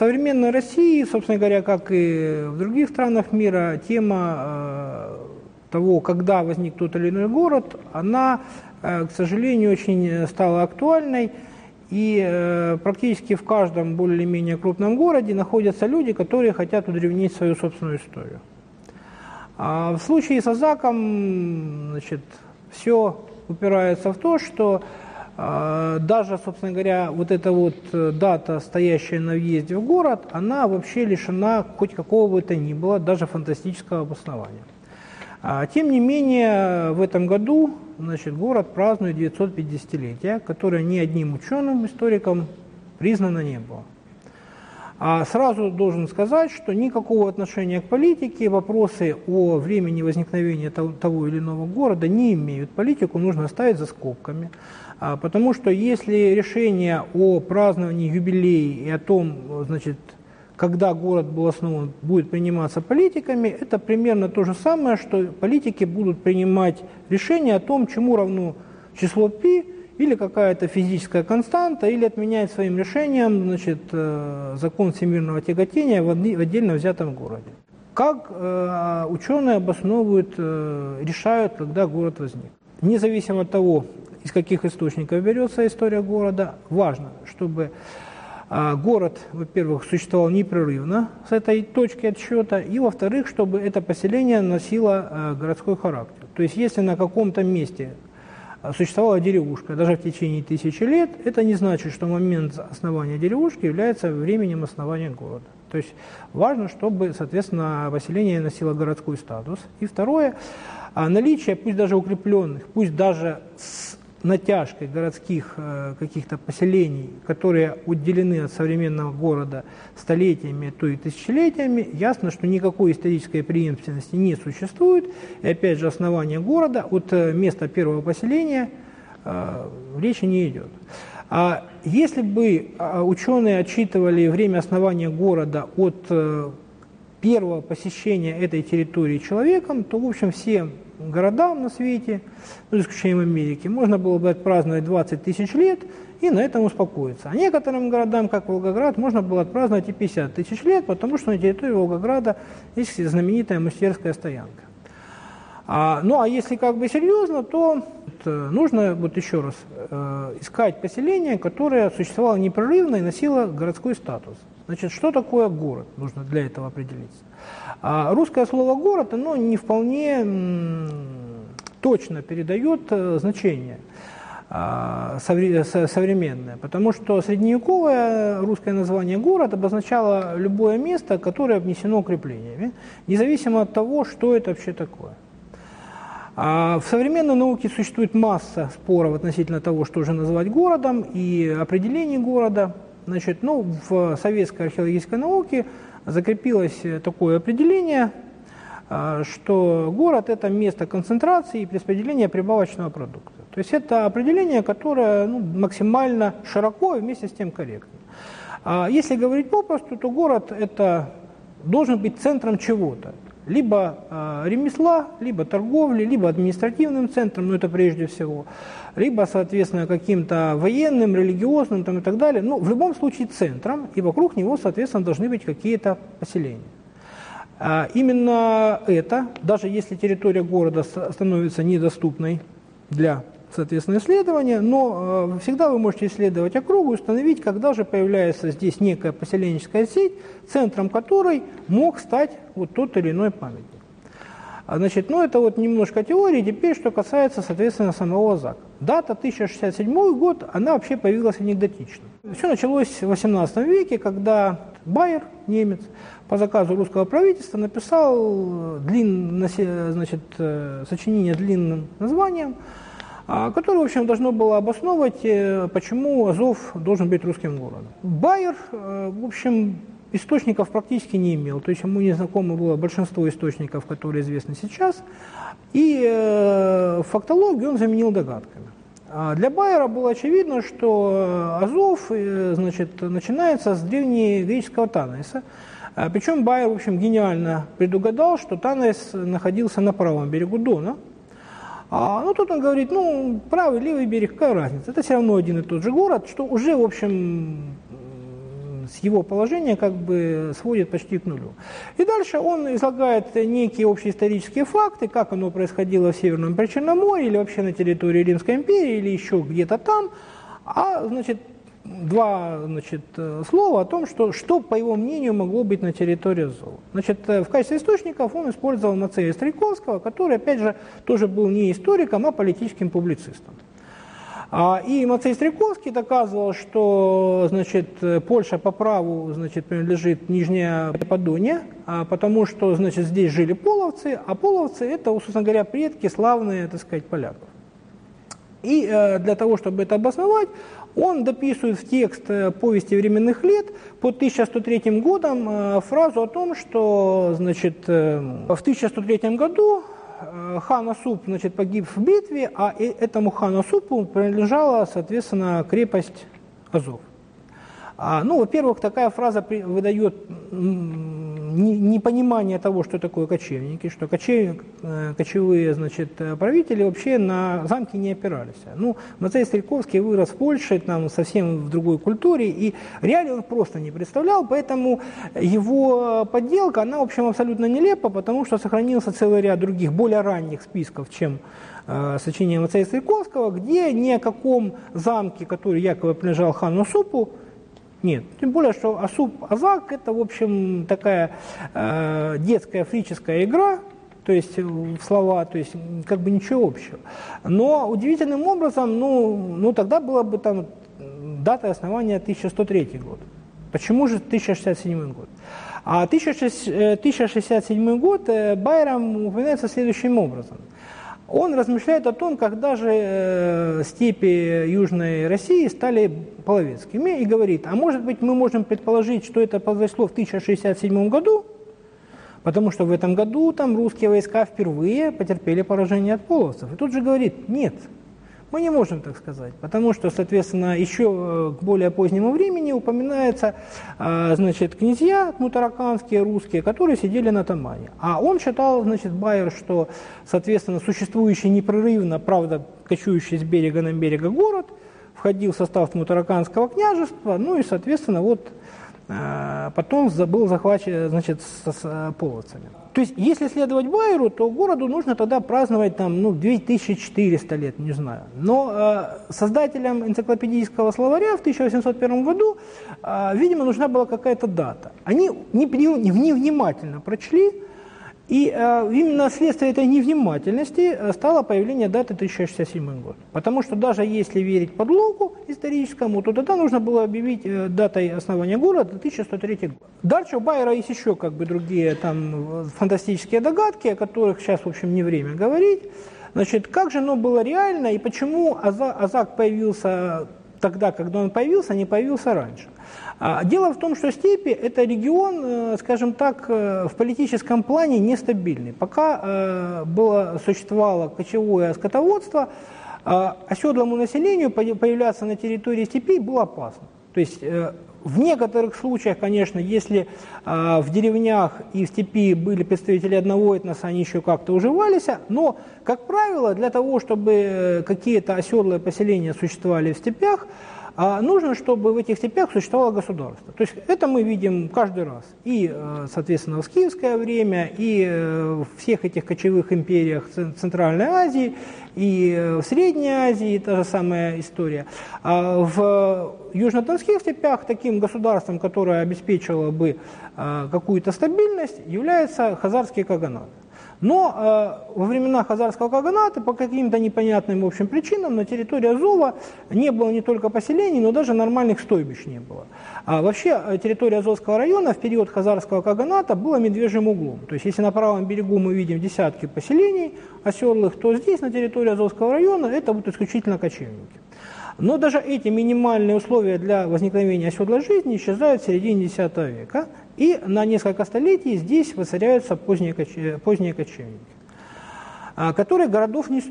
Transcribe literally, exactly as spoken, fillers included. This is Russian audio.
современной России, собственно говоря, как и в других странах мира, тема того, когда возник тот или иной город, она, к сожалению, очень стала актуальной. И практически в каждом более-менее крупном городе находятся люди, которые хотят удревнить свою собственную историю. А в случае с Азаком, значит, все упирается в то, что э, даже, собственно говоря, вот эта вот дата, стоящая на въезде в город, она вообще лишена хоть какого бы то ни было, даже фантастического обоснования. А, тем не менее, в этом году, значит, город празднует девятьсотпятидесятилетие, которое ни одним ученым, историком признано не было. А сразу должен сказать, что никакого отношения к политике вопросы о времени возникновения того, того или иного города не имеют. Политику нужно оставить за скобками, а, потому что если решение о праздновании юбилея и о том, значит, когда город был основан, будет приниматься политиками, это примерно то же самое, что политики будут принимать решение о том, чему равно число π, или какая-то физическая константа, или отменяет своим решением, значит, закон всемирного тяготения в отдельно взятом городе. Как э, ученые обосновывают, э, решают, когда город возник. Независимо от того, из каких источников берется история города, важно, чтобы э, город, во-первых, существовал непрерывно с этой точки отсчета, и, во-вторых, чтобы это поселение носило э, городской характер. То есть, если на каком-то месте существовала деревушка даже в течение тысячи лет, это не значит, что момент основания деревушки является временем основания города. То есть важно, чтобы, соответственно, поселение носило городской статус. И второе, наличие, пусть даже укрепленных, пусть даже с натяжкой городских э, каких-то поселений, которые отделены от современного города столетиями, то и тысячелетиями, ясно, что никакой исторической преемственности не существует. И опять же, основание города от э, места первого поселения э, речи не идет. А если бы э, ученые отсчитывали время основания города от э, первого посещения этой территории человеком, то, в общем, все городам на свете, ну, за исключением Америки, можно было бы отпраздновать двадцать тысяч лет и на этом успокоиться. А некоторым городам, как Волгоград, можно было отпраздновать и пятьдесят тысяч лет, потому что на территории Волгограда есть знаменитая мастерская стоянка. А, ну а если как бы серьезно, то вот, нужно, вот еще раз, э, искать поселение, которое существовало непрерывно и носило городской статус. Значит, что такое город? Нужно для этого определиться. А русское слово «город», оно не вполне м, точно передает э, значение э, совре современное, потому что средневековое русское название «город» обозначало любое место, которое обнесено укреплениями, независимо от того, что это вообще такое. А в современной науке существует масса споров относительно того, что же называть городом, и определений города. Значит, ну, в советской археологической науке закрепилось такое определение, что город – это место концентрации и распределения прибавочного продукта. То есть это определение, которое ну, максимально широко и вместе с тем корректно. Если говорить попросту, то город – это должен быть центром чего-то. Либо э, ремесла, либо торговли, либо административным центром, ну это прежде всего, либо, соответственно, каким-то военным, религиозным там, и так далее. Ну, в любом случае центром, и вокруг него, соответственно, должны быть какие-то поселения. А именно это, даже если территория города становится недоступной для, соответственно, исследования, но э, всегда вы можете исследовать округу и установить, когда же появляется здесь некая поселенческая сеть, центром которой мог стать вот тот или иной памятник. А, значит, ну это вот немножко теории. Теперь, что касается, соответственно, самого Азака. Дата тысяча шестьдесят седьмой год, она вообще появилась анекдотично. Все началось в восемнадцатом веке, когда Байер, немец, по заказу русского правительства написал длин, значит, сочинение длинным названием, которое, в общем, должно было обосновывать, почему Азов должен быть русским городом. Байер, в общем, источников практически не имел, то есть ему не знакомо было большинство источников, которые известны сейчас, и э, фактологию он заменил догадками. А для Байера было очевидно, что Азов э, значит, начинается с древнегреческого Танаиса, а, причем Байер, в общем, гениально предугадал, что Танаис находился на правом берегу Дона. А, ну, тут он говорит, ну, правый, левый берег, какая разница, это все равно один и тот же город, что уже, в общем, с его положения как бы сводит почти к нулю. И дальше он излагает некие общеисторические факты, как оно происходило в Северном Причерноморье или вообще на территории Римской империи или еще где-то там, а, значит, два, значит, слова о том, что, что, по его мнению, могло быть на территории Азова. Значит, в качестве источников он использовал Мацея Стрельковского, который, опять же, тоже был не историком, а политическим публицистом. И Мацей Стрельковский доказывал, что, значит, Польша по праву, значит, принадлежит Нижняя Подонья, потому что, значит, здесь жили половцы, а половцы – это, собственно говоря, предки славные, так сказать, поляков. И для того, чтобы это обосновать, он дописывает в текст повести временных лет под тысяча сто третьим годом фразу о том, что, значит, в тысяча сто третьем году хан Осуп, значит, погиб в битве, а этому хану Осупу принадлежала, соответственно, крепость Азов. А, ну, во-первых, такая фраза выдает непонимание того, что такое кочевники, что кочев, кочевые, значит, правители вообще на замки не опирались. Ну, Мацей Стрельковский вырос в Польше, там, совсем в другой культуре, и реалии он просто не представлял, поэтому его подделка, она, в общем, абсолютно нелепа, потому что сохранился целый ряд других, более ранних списков, чем э, сочинение Мацея Стрельковского, где ни о каком замке, который якобы принадлежал хану Осупу, нет, тем более, что Осуп-Азак – это, в общем, такая э, детская фрическая игра, то есть в слова, то есть как бы ничего общего. Но удивительным образом, ну, ну тогда была бы там дата основания тысяча сто третий год. Почему же тысяча шестьдесят седьмой год? А тысяча шестьдесят седьмой год Байрам упоминается следующим образом. Он размышляет о том, когда же э, степи Южной России стали половецкими, и говорит, а может быть мы можем предположить, что это произошло в тысяча шестьдесят седьмом году, потому что в этом году там русские войска впервые потерпели поражение от половцев. И тут же говорит, нет, мы не можем так сказать, потому что, соответственно, еще к более позднему времени упоминаются, значит, князья мутараканские, русские, которые сидели на Тамане. А он считал, значит, Байер, что, соответственно, существующий непрерывно, правда, кочующий с берега на берег город входил в состав мутараканского княжества, ну и, соответственно, вот потом был захвачен, значит, с, с половцами. То есть, если следовать Байеру, то городу нужно тогда праздновать там, ну, две тысячи четыреста лет, не знаю. Но э, создателям энциклопедического словаря в тысяча восемьсот первом году, э, видимо, нужна была какая-то дата. Они невнимательно прочли, и э, именно следствие этой невнимательности стало появление даты тысяча шестьдесят седьмой год. Потому что даже если верить подлогу историческому, то тогда нужно было объявить э, датой основания города тысяча сто третий год. Дальше у Байера есть еще как бы другие там фантастические догадки, о которых сейчас, в общем, не время говорить. Значит, как же оно было реально и почему Азак появился тогда, когда он появился, а не появился раньше? Дело в том, что степи – это регион, скажем так, в политическом плане нестабильный. Пока было, существовало кочевое скотоводство, оседлому населению появляться на территории степей было опасно. То есть в некоторых случаях, конечно, если в деревнях и в степи были представители одного этноса, они еще как-то уживались, но, как правило, для того, чтобы какие-то оседлые поселения существовали в степях, нужно, чтобы в этих степях существовало государство. То есть это мы видим каждый раз. И, соответственно, в скифское время, и в всех этих кочевых империях Центральной Азии, и в Средней Азии та же самая история. В южно-донских степях таким государством, которое обеспечивало бы какую-то стабильность, является хазарский каганат. Но э, во времена хазарского каганата по каким-то непонятным, в общем, причинам на территории Азова не было не только поселений, но даже нормальных стойбищ не было. А вообще территория Азовского района в период хазарского каганата была медвежьим углом. То есть если на правом берегу мы видим десятки поселений оседлых, то здесь на территории Азовского района это будут исключительно кочевники. Но даже эти минимальные условия для возникновения оседлой жизни исчезают в середине десятого века, и на несколько столетий здесь воцаряются поздние, поздние кочевники, которые городов не строят.